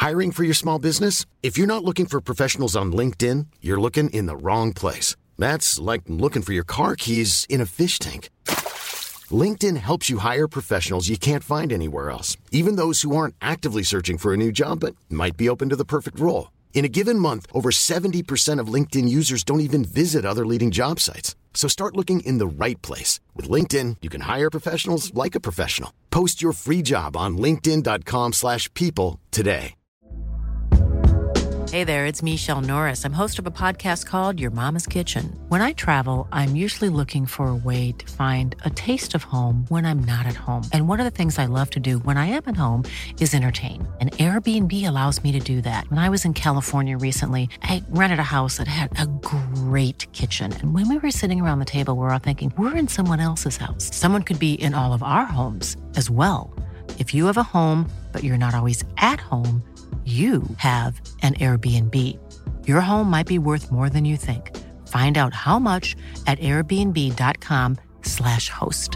Hiring for your small business? If you're not looking for professionals on LinkedIn, you're looking in the wrong place. That's like looking for your car keys in a fish tank. LinkedIn helps you hire professionals you can't find anywhere else, even those who aren't actively searching for a new job but might be open to the perfect role. In a given month, over 70% of LinkedIn users don't even visit other leading job sites. So start looking in the right place. With LinkedIn, you can hire professionals like a professional. Post your free job on linkedin.com/people today. Hey there, it's Michelle Norris. I'm host of a podcast called Your Mama's Kitchen. When I travel, I'm usually looking for a way to find a taste of home when I'm not at home. And one of the things I love to do when I am at home is entertain. And Airbnb allows me to do that. When I was in California recently, I rented a house that had a great kitchen. And when we were sitting around the table, we're all thinking, we're in someone else's house. Someone could be in all of our homes as well. If you have a home, but you're not always at home, you have an Airbnb. Your home might be worth more than you think. Find out how much at airbnb.com/host.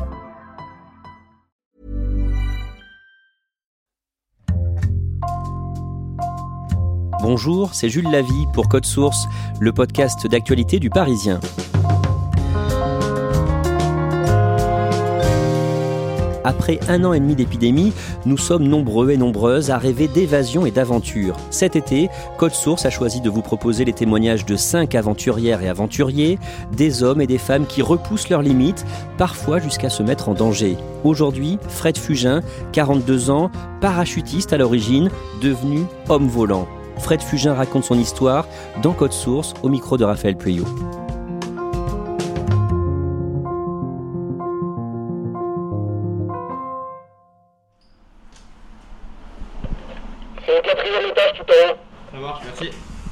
Bonjour, c'est Jules Lavie pour Code Source, le podcast d'actualité du Parisien. Après 1 an et demi d'épidémie, nous sommes nombreux et nombreuses à rêver d'évasion et d'aventure. Cet été, Code Source a choisi de vous proposer les témoignages de 5 aventurières et aventuriers, des hommes et des femmes qui repoussent leurs limites, parfois jusqu'à se mettre en danger. Aujourd'hui, Fred Fugin, 42 ans, parachutiste à l'origine, devenu homme volant. Fred Fugin raconte son histoire dans Code Source au micro de Raphaël Pueyo. C'est au 4e étage tout en haut. Ça marche, merci.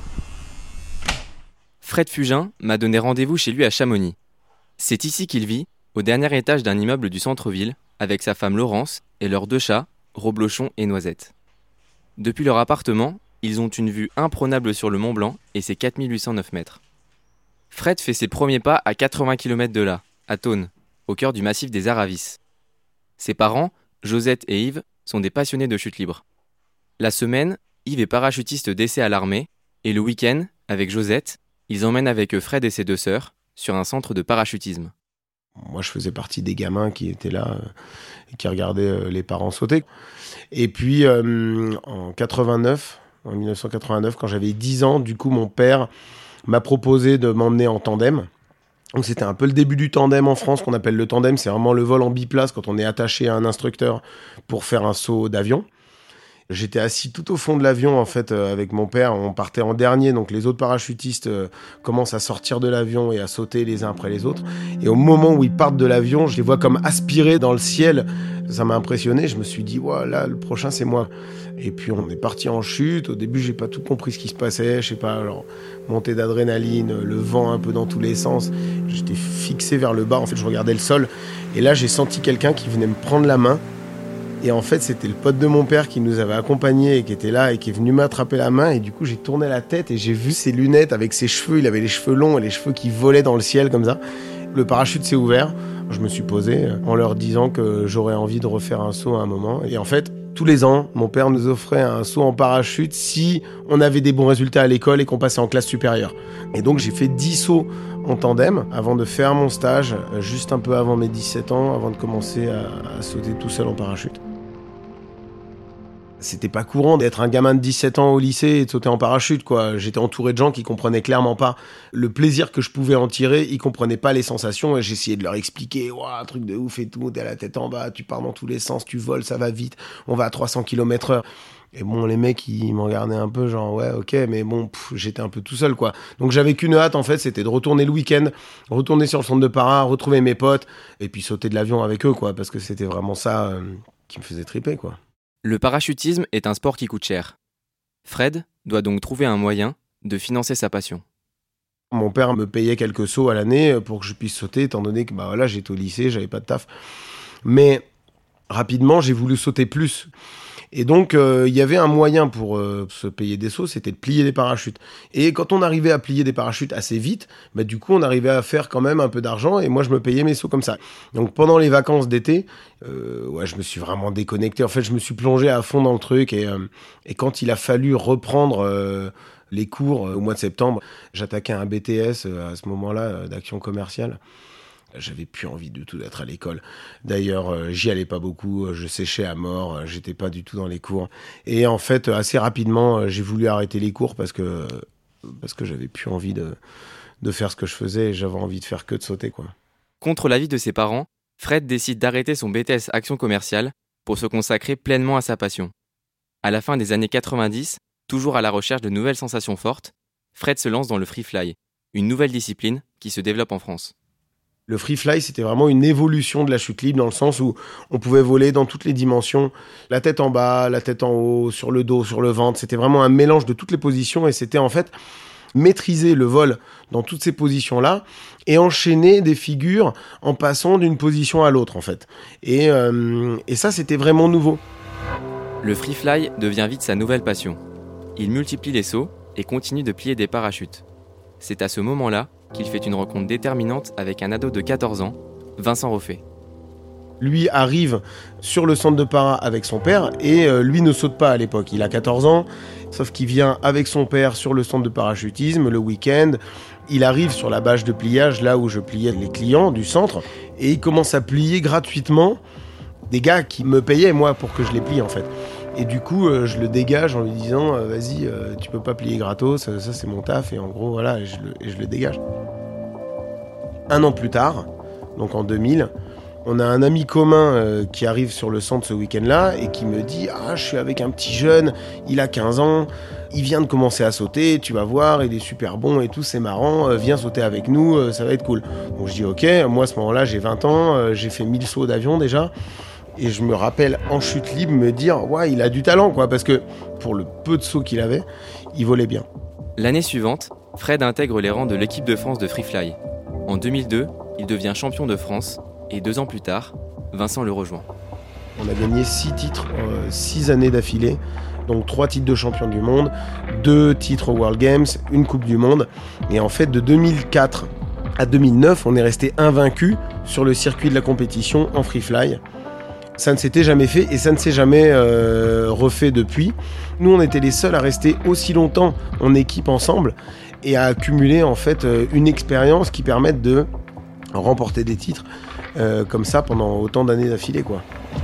Fred Fugin m'a donné rendez-vous chez lui à Chamonix. C'est ici qu'il vit, au dernier étage d'un immeuble du centre-ville, avec sa femme Laurence et leurs 2 chats, Roblochon et Noisette. Depuis leur appartement, ils ont une vue imprenable sur le Mont Blanc et ses 4809 mètres. Fred fait ses premiers pas à 80 km de là, à Thônes, au cœur du massif des Aravis. Ses parents, Josette et Yves, sont des passionnés de chute libre. La semaine, Yves est parachutiste d'essai à l'armée, et le week-end, avec Josette, ils emmènent avec eux Fred et ses 2 sœurs sur un centre de parachutisme. Moi, je faisais partie des gamins qui étaient là et qui regardaient les parents sauter. Et puis, en 1989, quand j'avais 10 ans, du coup, mon père m'a proposé de m'emmener en tandem. Donc, c'était un peu le début du tandem en France, qu'on appelle le tandem. C'est vraiment le vol en biplace quand on est attaché à un instructeur pour faire un saut d'avion. J'étais assis tout au fond de l'avion, en fait, avec mon père. On partait en dernier, donc les autres parachutistes commencent à sortir de l'avion et à sauter les uns après les autres. Et au moment où ils partent de l'avion, je les vois comme aspirer dans le ciel. Ça m'a impressionné. Je me suis dit, voilà, le prochain, c'est moi. Et puis, on est parti en chute. Au début, j'ai pas tout compris ce qui se passait. Je sais pas, alors, montée d'adrénaline, le vent un peu dans tous les sens. J'étais fixé vers le bas. En fait, je regardais le sol. Et là, j'ai senti quelqu'un qui venait me prendre la main. Et en fait, c'était le pote de mon père qui nous avait accompagnés et qui était là et qui est venu m'attraper la main. Et du coup, j'ai tourné la tête et j'ai vu ses lunettes avec ses cheveux. Il avait les cheveux longs et les cheveux qui volaient dans le ciel comme ça. Le parachute s'est ouvert. Je me suis posé en leur disant que j'aurais envie de refaire un saut à un moment. Et en fait, tous les ans, mon père nous offrait un saut en parachute si on avait des bons résultats à l'école et qu'on passait en classe supérieure. Et donc, j'ai fait 10 sauts en tandem avant de faire mon stage, juste un peu avant mes 17 ans, avant de commencer à sauter tout seul en parachute. C'était pas courant d'être un gamin de 17 ans au lycée et de sauter en parachute, quoi. J'étais entouré de gens qui comprenaient clairement pas le plaisir que je pouvais en tirer. Ils comprenaient pas les sensations et j'essayais de leur expliquer, ouah, un truc de ouf et tout, t'es la tête en bas, tu pars dans tous les sens, tu voles, ça va vite, on va à 300 km/h. Et bon, les mecs, ils me regardaient un peu genre, ouais, ok, mais bon, j'étais un peu tout seul, quoi. Donc j'avais qu'une hâte, en fait, c'était de retourner le week-end, retourner sur le centre de para, retrouver mes potes et puis sauter de l'avion avec eux, quoi, parce que c'était vraiment ça qui me faisait triper, quoi. Le parachutisme est un sport qui coûte cher. Fred doit donc trouver un moyen de financer sa passion. Mon père me payait quelques sauts à l'année pour que je puisse sauter, étant donné que bah voilà, j'étais au lycée, j'avais pas de taf. Mais rapidement, j'ai voulu sauter plus. Et donc, il y avait un moyen pour se payer des sauts, c'était de plier des parachutes. Et quand on arrivait à plier des parachutes assez vite, du coup, on arrivait à faire quand même un peu d'argent, et moi, je me payais mes sauts comme ça. Donc, pendant les vacances d'été, je me suis vraiment déconnecté. En fait, je me suis plongé à fond dans le truc, et quand il a fallu reprendre les cours au mois de septembre, j'attaquais un BTS à ce moment-là d'action commerciale. J'avais plus envie du tout d'être à l'école. D'ailleurs, j'y allais pas beaucoup, je séchais à mort, j'étais pas du tout dans les cours. Et en fait, assez rapidement, j'ai voulu arrêter les cours parce que j'avais plus envie de faire ce que je faisais, et j'avais envie de faire que de sauter, quoi. Contre l'avis de ses parents, Fred décide d'arrêter son BTS Action commerciale pour se consacrer pleinement à sa passion. À la fin des années 90, toujours à la recherche de nouvelles sensations fortes, Fred se lance dans le free fly, une nouvelle discipline qui se développe en France. Le free fly, c'était vraiment une évolution de la chute libre, dans le sens où on pouvait voler dans toutes les dimensions, la tête en bas, la tête en haut, sur le dos, sur le ventre. C'était vraiment un mélange de toutes les positions, et c'était en fait maîtriser le vol dans toutes ces positions-là et enchaîner des figures en passant d'une position à l'autre, en fait. Et ça, c'était vraiment nouveau. Le free fly devient vite sa nouvelle passion. Il multiplie les sauts et continue de plier des parachutes. C'est à ce moment-là qu'il fait une rencontre déterminante avec un ado de 14 ans, Vincent Roffet. Lui arrive sur le centre de para avec son père, et lui ne saute pas à l'époque. Il a 14 ans, sauf qu'il vient avec son père sur le centre de parachutisme le week-end. Il arrive sur la bâche de pliage, là où je pliais les clients du centre, et il commence à plier gratuitement des gars qui me payaient, moi, pour que je les plie, en fait. Et du coup, je le dégage en lui disant vas-y, tu peux pas plier gratos, ça c'est mon taf, et en gros, voilà, et je le dégage. Un an plus tard, donc en 2000, on a un ami commun qui arrive sur le centre ce week-end-là et qui me dit « Ah, je suis avec un petit jeune, il a 15 ans, il vient de commencer à sauter, tu vas voir, il est super bon et tout, c'est marrant, viens sauter avec nous, ça va être cool. » Donc je dis « Ok, moi à ce moment-là j'ai 20 ans, j'ai fait 1000 sauts d'avion déjà. » Et je me rappelle en chute libre me dire « Ouais, il a du talent, quoi, parce que pour le peu de sauts qu'il avait, il volait bien. » L'année suivante, Fred intègre les rangs de l'équipe de France de free fly. En 2002, il devient champion de France, et 2 ans plus tard, Vincent le rejoint. On a gagné 6 titres, 6 années d'affilée, donc 3 titres de champion du monde, 2 titres aux World Games, une Coupe du Monde. Et en fait, de 2004 à 2009, on est resté invaincu sur le circuit de la compétition en free fly. Ça ne s'était jamais fait, et ça ne s'est jamais refait depuis. Nous, on était les seuls à rester aussi longtemps en équipe ensemble et à accumuler en fait une expérience qui permette de remporter des titres comme ça pendant autant d'années d'affilée, quoi.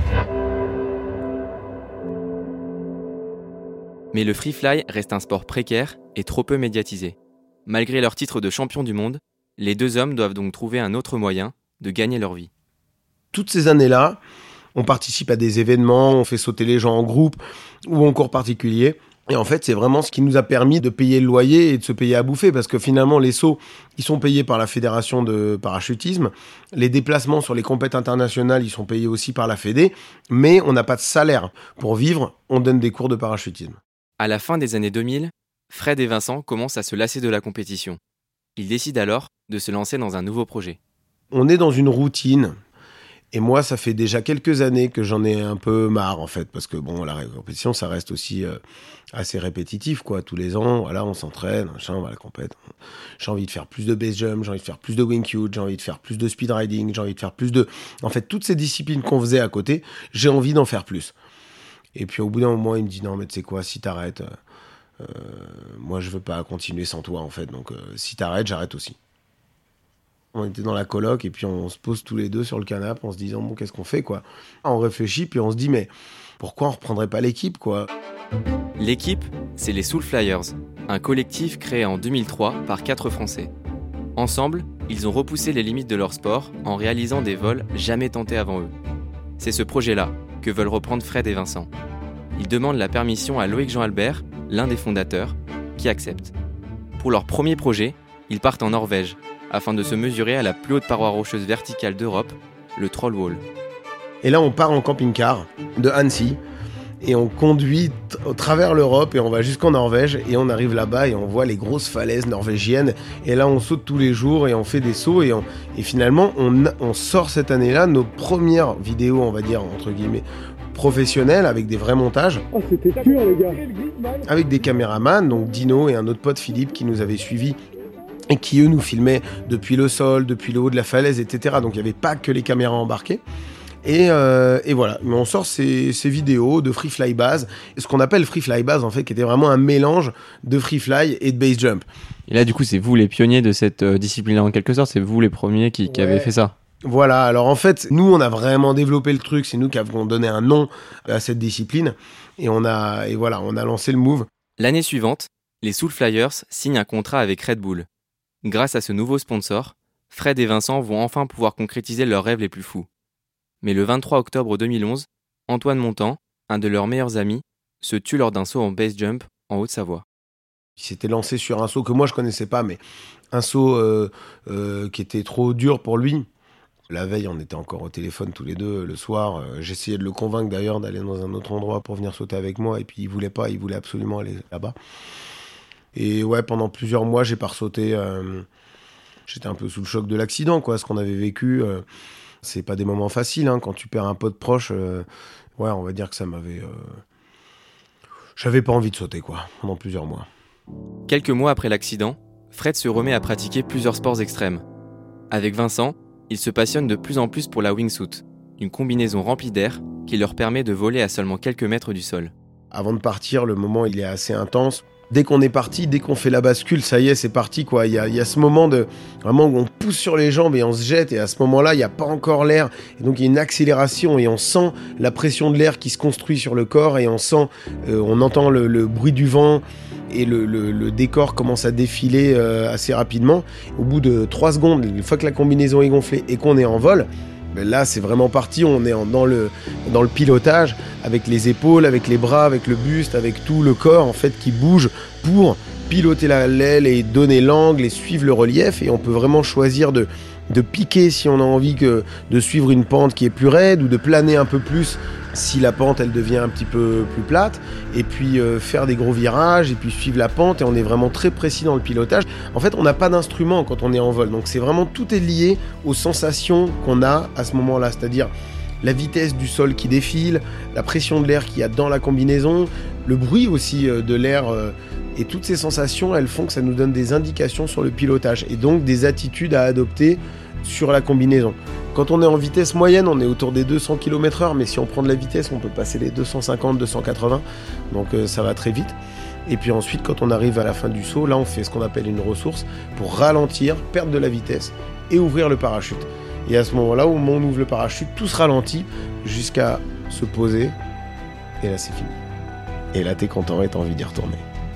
Mais le free fly reste un sport précaire et trop peu médiatisé. Malgré leur titre de champion du monde, les 2 hommes doivent donc trouver un autre moyen de gagner leur vie. Toutes ces années-là, on participe à des événements, on fait sauter les gens en groupe ou en cours particulier. Et en fait, c'est vraiment ce qui nous a permis de payer le loyer et de se payer à bouffer, parce que finalement, les sauts, ils sont payés par la Fédération de parachutisme. Les déplacements sur les compètes internationales, ils sont payés aussi par la Fédé. Mais on n'a pas de salaire. Pour vivre, on donne des cours de parachutisme. À la fin des années 2000, Fred et Vincent commencent à se lasser de la compétition. Ils décident alors de se lancer dans un nouveau projet. On est dans une routine. Et moi, ça fait déjà quelques années que j'en ai un peu marre, en fait, parce que bon, la compétition, ça reste aussi assez répétitif, quoi. Tous les ans, voilà, on s'entraîne, machin, on va à la compète. J'ai envie de faire plus de base jump, j'ai envie de faire plus de wing chute, j'ai envie de faire plus de speed riding, j'ai envie de faire plus de... En fait, toutes ces disciplines qu'on faisait à côté, j'ai envie d'en faire plus. Et puis au bout d'un moment, il me dit, non, mais tu sais quoi, si t'arrêtes, moi, je veux pas continuer sans toi, en fait. Donc, si t'arrêtes, j'arrête aussi. On était dans la coloc et puis on se pose tous les deux sur le canapé en se disant bon, qu'est-ce qu'on fait, quoi. On réfléchit puis on se dit mais pourquoi on reprendrait pas l'équipe, quoi. L'équipe, c'est les Soul Flyers, un collectif créé en 2003 par 4 Français. Ensemble, ils ont repoussé les limites de leur sport en réalisant des vols jamais tentés avant eux. C'est ce projet-là que veulent reprendre Fred et Vincent. Ils demandent la permission à Loïc Jean Albert, l'un des fondateurs, qui accepte. Pour leur premier projet, ils partent en Norvège, afin de se mesurer à la plus haute paroi rocheuse verticale d'Europe, le Trollwall. Et là, on part en camping-car de Annecy, et on conduit au travers l'Europe, et on va jusqu'en Norvège, et on arrive là-bas, et on voit les grosses falaises norvégiennes, et là, on saute tous les jours, et on fait des sauts, et finalement, on sort cette année-là nos premières vidéos, on va dire, entre guillemets, professionnel avec des vrais montages. Oh, c'était dur, les gars. Avec des caméramans, donc Dino et un autre pote Philippe qui nous avaient suivis et qui eux nous filmaient depuis le sol, depuis le haut de la falaise, etc. Donc il n'y avait pas que les caméras embarquées. Et voilà, mais on sort ces vidéos de free fly base, ce qu'on appelle free fly base en fait, qui était vraiment un mélange de free fly et de base jump. Et là, du coup, c'est vous les pionniers de cette discipline-là en quelque sorte, c'est vous les premiers qui avez fait ça. Voilà, alors en fait, nous on a vraiment développé le truc, c'est nous qui avons donné un nom à cette discipline, et on a lancé le move. L'année suivante, les Soul Flyers signent un contrat avec Red Bull. Grâce à ce nouveau sponsor, Fred et Vincent vont enfin pouvoir concrétiser leurs rêves les plus fous. Mais le 23 octobre 2011, Antoine Montan, un de leurs meilleurs amis, se tue lors d'un saut en base jump en Haute-Savoie. Il s'était lancé sur un saut que moi je connaissais pas, mais un saut qui était trop dur pour lui. La veille, on était encore au téléphone tous les deux le soir. J'essayais de le convaincre d'ailleurs d'aller dans un autre endroit pour venir sauter avec moi, et puis il voulait pas, il voulait absolument aller là-bas. Et ouais, pendant plusieurs mois, j'ai pas ressauté. J'étais un peu sous le choc de l'accident, quoi, ce qu'on avait vécu. C'est pas des moments faciles, hein, quand tu perds un pote proche. Ouais, on va dire que ça m'avait... J'avais pas envie de sauter, quoi, pendant plusieurs mois. Quelques mois après l'accident, Fred se remet à pratiquer plusieurs sports extrêmes. Avec Vincent, il se passionne de plus en plus pour la wingsuit, une combinaison remplie d'air qui leur permet de voler à seulement quelques mètres du sol. Avant de partir, le moment il est assez intense. Dès qu'on est parti, dès qu'on fait la bascule, ça y est, c'est parti, quoi. Il y a ce moment de vraiment où on pousse sur les jambes et on se jette, et à ce moment-là, il n'y a pas encore l'air. Et donc il y a une accélération et on sent la pression de l'air qui se construit sur le corps, et on entend le bruit du vent, et le décor commence à défiler assez rapidement. Au bout de 3 secondes, une fois que la combinaison est gonflée et qu'on est en vol, ben là c'est vraiment parti, on est dans le pilotage, avec les épaules, avec les bras, avec le buste, avec tout le corps en fait qui bouge pour piloter l'aile et donner l'angle et suivre le relief. Et on peut vraiment choisir de piquer si on a envie de suivre une pente qui est plus raide, ou de planer un peu plus si la pente elle devient un petit peu plus plate, et puis faire des gros virages et puis suivre la pente. Et on est vraiment très précis dans le pilotage. En fait, on n'a pas d'instrument quand on est en vol, donc c'est vraiment, tout est lié aux sensations qu'on a à ce moment-là, c'est-à-dire la vitesse du sol qui défile, la pression de l'air qu'il y a dans la combinaison, le bruit aussi de l'air, et toutes ces sensations, elles font que ça nous donne des indications sur le pilotage et donc des attitudes à adopter sur la combinaison. Quand on est en vitesse moyenne, on est autour des 200 km/h, mais si on prend de la vitesse, on peut passer les 250, 280, donc ça va très vite. Et puis ensuite, quand on arrive à la fin du saut, là on fait ce qu'on appelle une ressource pour ralentir, perdre de la vitesse et ouvrir le parachute. Et à ce moment-là, au moment où on ouvre le parachute, tout se ralentit jusqu'à se poser, et là c'est fini. Et là t'es content et t'as envie d'y retourner.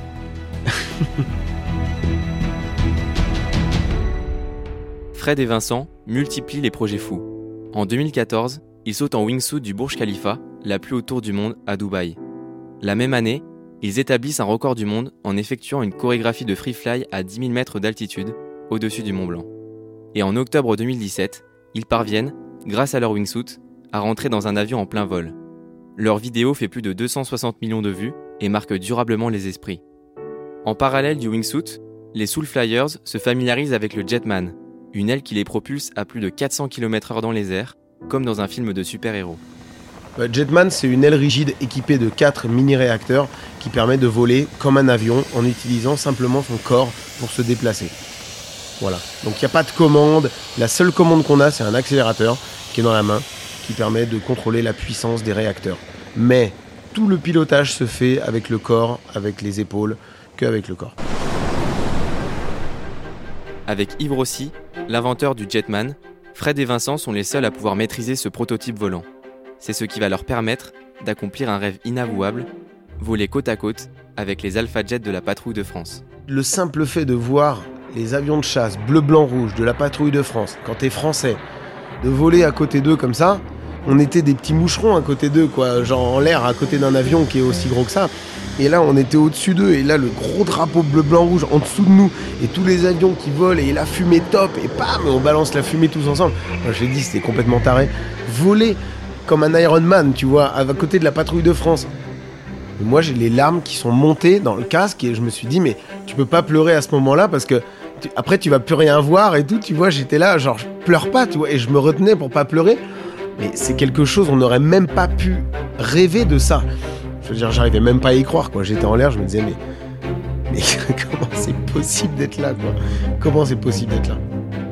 Fred et Vincent multiplient les projets fous. En 2014, ils sautent en wingsuit du Burj Khalifa, la plus haute tour du monde, à Dubaï. La même année, ils établissent un record du monde en effectuant une chorégraphie de free fly à 10 000 mètres d'altitude, au-dessus du Mont Blanc. Et en octobre 2017, ils parviennent, grâce à leur wingsuit, à rentrer dans un avion en plein vol. Leur vidéo fait plus de 260 millions de vues et marque durablement les esprits. En parallèle du wingsuit, les Soul Flyers se familiarisent avec le Jetman, une aile qui les propulse à plus de 400 km/h dans les airs, comme dans un film de super-héros. Jetman, c'est une aile rigide équipée de 4 mini-réacteurs qui permet de voler comme un avion en utilisant simplement son corps pour se déplacer. Voilà, donc il n'y a pas de commande, la seule commande qu'on a, c'est un accélérateur qui est dans la main, qui permet de contrôler la puissance des réacteurs. Mais tout le pilotage se fait avec le corps, avec les épaules, qu'avec le corps. Avec Yves Rossi, l'inventeur du Jetman, Fred et Vincent sont les seuls à pouvoir maîtriser ce prototype volant. C'est ce qui va leur permettre d'accomplir un rêve inavouable, voler côte à côte avec les Alpha Jets de la Patrouille de France. Le simple fait de voir les avions de chasse bleu, blanc, rouge de la Patrouille de France, quand t'es français, de voler à côté d'eux comme ça, on était des petits moucherons à côté d'eux, quoi, genre en l'air à côté d'un avion qui est aussi gros que ça. Et là, on était au-dessus d'eux, et là, le gros drapeau bleu, blanc, rouge en dessous de nous, et tous les avions qui volent, et la fumée top, et bam, on balance la fumée tous ensemble. Moi, je l'ai dit, c'était complètement taré. Voler comme un Iron Man, tu vois, à côté de la Patrouille de France. Et moi, j'ai les larmes qui sont montées dans le casque, et je me suis dit, mais tu peux pas pleurer à ce moment-là, parce que après, tu vas plus rien voir et tout, tu vois, j'étais là, genre, je pleure pas, tu vois, et je me retenais pour pas pleurer. Mais c'est quelque chose, on n'aurait même pas pu rêvé de ça. Je veux dire, j'arrivais même pas à y croire, quoi. J'étais en l'air, je me disais, mais comment c'est possible d'être là, quoi? Comment c'est possible d'être là?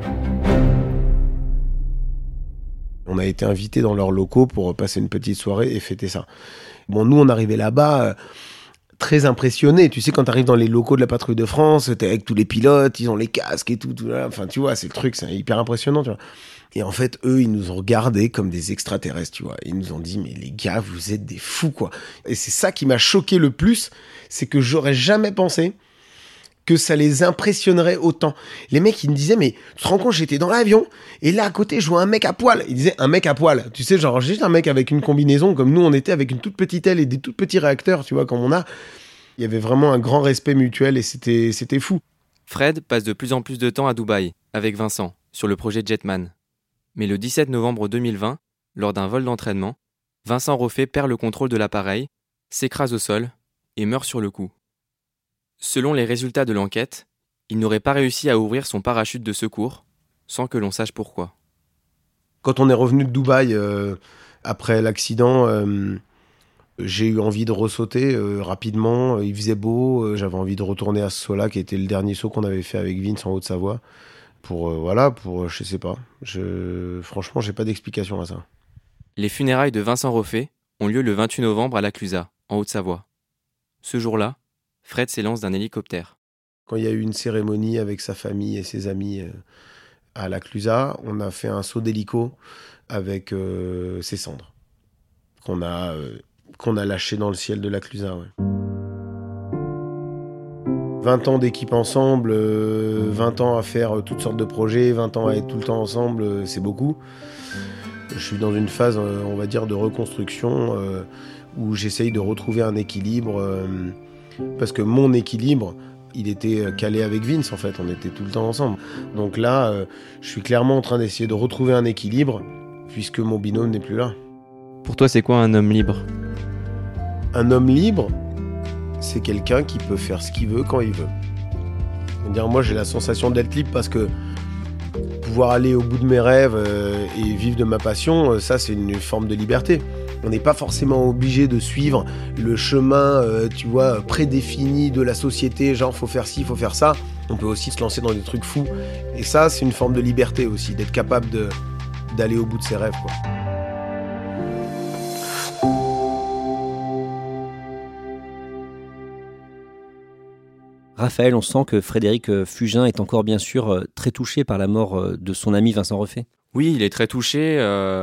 On a été invités dans leurs locaux pour passer une petite soirée et fêter ça. Bon, nous, on arrivait là-bas très impressionnés. Tu sais, quand tu arrives dans les locaux de la Patrouille de France, t'es avec tous les pilotes, ils ont les casques et tout là. Enfin, tu vois, c'est le truc, c'est hyper impressionnant, tu vois. Et en fait, eux, ils nous ont regardés comme des extraterrestres, tu vois. Ils nous ont dit, mais les gars, vous êtes des fous, quoi. Et c'est ça qui m'a choqué le plus, c'est que j'aurais jamais pensé que ça les impressionnerait autant. Les mecs, ils me disaient, mais tu te rends compte, j'étais dans l'avion, et là, à côté, je vois un mec à poil. Ils disaient, un mec à poil. Tu sais, genre, juste un mec avec une combinaison, comme nous, on était avec une toute petite aile et des tout petits réacteurs, tu vois, comme on a. Il y avait vraiment un grand respect mutuel, et c'était fou. Fred passe de plus en plus de temps à Dubaï, avec Vincent, sur le projet Jetman. Mais le 17 novembre 2020, lors d'un vol d'entraînement, Vincent Roffé perd le contrôle de l'appareil, s'écrase au sol et meurt sur le coup. Selon les résultats de l'enquête, il n'aurait pas réussi à ouvrir son parachute de secours, sans que l'on sache pourquoi. Quand on est revenu de Dubaï, après l'accident, j'ai eu envie de ressauter rapidement. Il faisait beau, j'avais envie de retourner à ce saut-là, qui était le dernier saut qu'on avait fait avec Vince en Haute-Savoie. Je sais pas. Franchement, j'ai pas d'explication à ça. Les funérailles de Vincent Roffé ont lieu le 28 novembre à La Clusaz, en Haute-Savoie. Ce jour-là, Fred s'élance d'un hélicoptère. Quand il y a eu une cérémonie avec sa famille et ses amis à La Clusaz, on a fait un saut d'hélico avec ses cendres qu'on a lâché dans le ciel de La Clusaz. Ouais. 20 ans d'équipe ensemble, 20 ans à faire toutes sortes de projets, 20 ans à être tout le temps ensemble, c'est beaucoup. Je suis dans une phase, on va dire, de reconstruction où j'essaye de retrouver un équilibre parce que mon équilibre, il était calé avec Vince, en fait. On était tout le temps ensemble. Donc là, je suis clairement en train d'essayer de retrouver un équilibre puisque mon binôme n'est plus là. Pour toi, c'est quoi un homme libre ? Un homme libre, c'est quelqu'un qui peut faire ce qu'il veut quand il veut. C'est-à-dire, moi, j'ai la sensation d'être libre parce que pouvoir aller au bout de mes rêves et vivre de ma passion, ça, c'est une forme de liberté. On n'est pas forcément obligé de suivre le chemin, tu vois, prédéfini de la société, genre, faut faire ci, faut faire ça. On peut aussi se lancer dans des trucs fous. Et ça, c'est une forme de liberté aussi, d'être capable d'aller au bout de ses rêves, quoi. Raphaël, on sent que Frédéric Fugin est encore bien sûr très touché par la mort de son ami Vincent Roffé. Oui, il est très touché.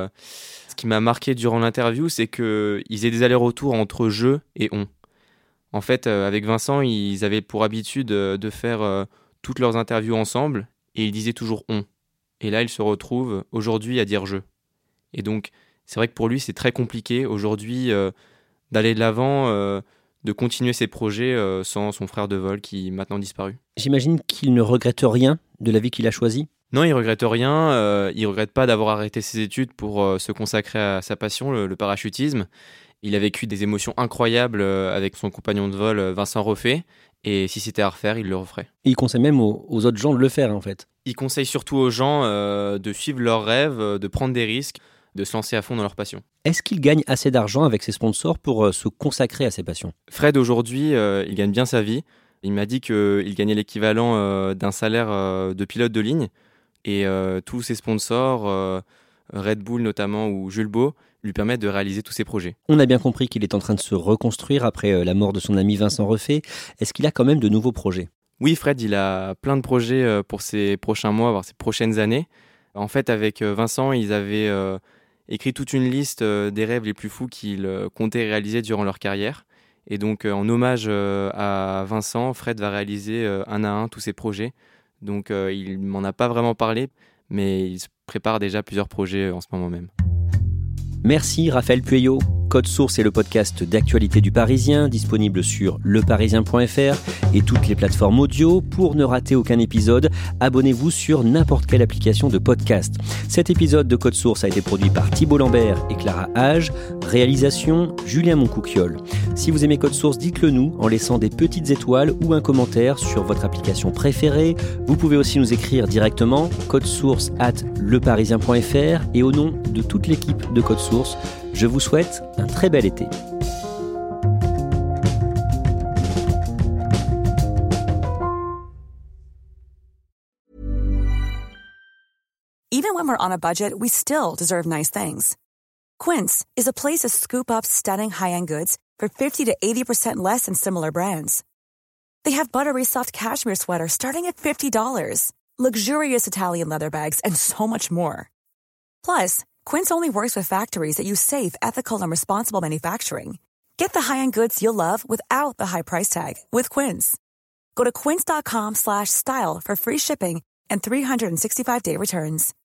Ce qui m'a marqué durant l'interview, c'est qu'ils faisaient des allers-retours entre je et on. En fait, avec Vincent, ils avaient pour habitude de faire toutes leurs interviews ensemble et ils disaient toujours on. Et là, ils se retrouvent aujourd'hui à dire je. Et donc, c'est vrai que pour lui, c'est très compliqué aujourd'hui d'aller de l'avant, de continuer ses projets sans son frère de vol qui est maintenant disparu. J'imagine qu'il ne regrette rien de la vie qu'il a choisie. Non, il regrette rien. Il regrette pas d'avoir arrêté ses études pour se consacrer à sa passion, le parachutisme. Il a vécu des émotions incroyables avec son compagnon de vol, Vincent Roffé. Et si c'était à refaire, il le referait. Et il conseille même aux autres gens de le faire, en fait. Il conseille surtout aux gens de suivre leurs rêves, de prendre des risques, de se lancer à fond dans leur passion. Est-ce qu'il gagne assez d'argent avec ses sponsors pour se consacrer à ses passions ? Fred, aujourd'hui, il gagne bien sa vie. Il m'a dit qu'il gagnait l'équivalent d'un salaire de pilote de ligne. Et tous ses sponsors, Red Bull notamment ou Jules Beau, lui permettent de réaliser tous ses projets. On a bien compris qu'il est en train de se reconstruire après la mort de son ami Vincent Roffé. Est-ce qu'il a quand même de nouveaux projets ? Oui, Fred, il a plein de projets pour ces prochains mois, voire ces prochaines années. En fait, avec Vincent, ils avaient écrit toute une liste des rêves les plus fous qu'ils comptaient réaliser durant leur carrière. Et donc, en hommage à Vincent, Fred va réaliser un à un tous ses projets. Donc, il ne m'en a pas vraiment parlé, mais il se prépare déjà plusieurs projets en ce moment même. Merci Raphaël Pueyo. Code Source est le podcast d'actualité du Parisien, disponible sur leparisien.fr et toutes les plateformes audio. Pour ne rater aucun épisode, abonnez-vous sur n'importe quelle application de podcast. Cet épisode de Code Source a été produit par Thibault Lambert et Clara Hage. Réalisation, Julien Moncouquiol. Si vous aimez Code Source, dites-le nous en laissant des petites étoiles ou un commentaire sur votre application préférée. Vous pouvez aussi nous écrire directement codesource@leparisien.fr et au nom de toute l'équipe de Code Source, Je vous souhaite un très bel été. Even when we're on a budget, we still deserve nice things. Quince is a place to scoop up stunning high-end goods for 50 to 80% less than similar brands. They have buttery soft cashmere sweaters starting at $50, luxurious Italian leather bags, and so much more. Plus, Quince only works with factories that use safe, ethical, and responsible manufacturing. Get the high-end goods you'll love without the high price tag with Quince. Go to quince.com/style for free shipping and 365-day returns.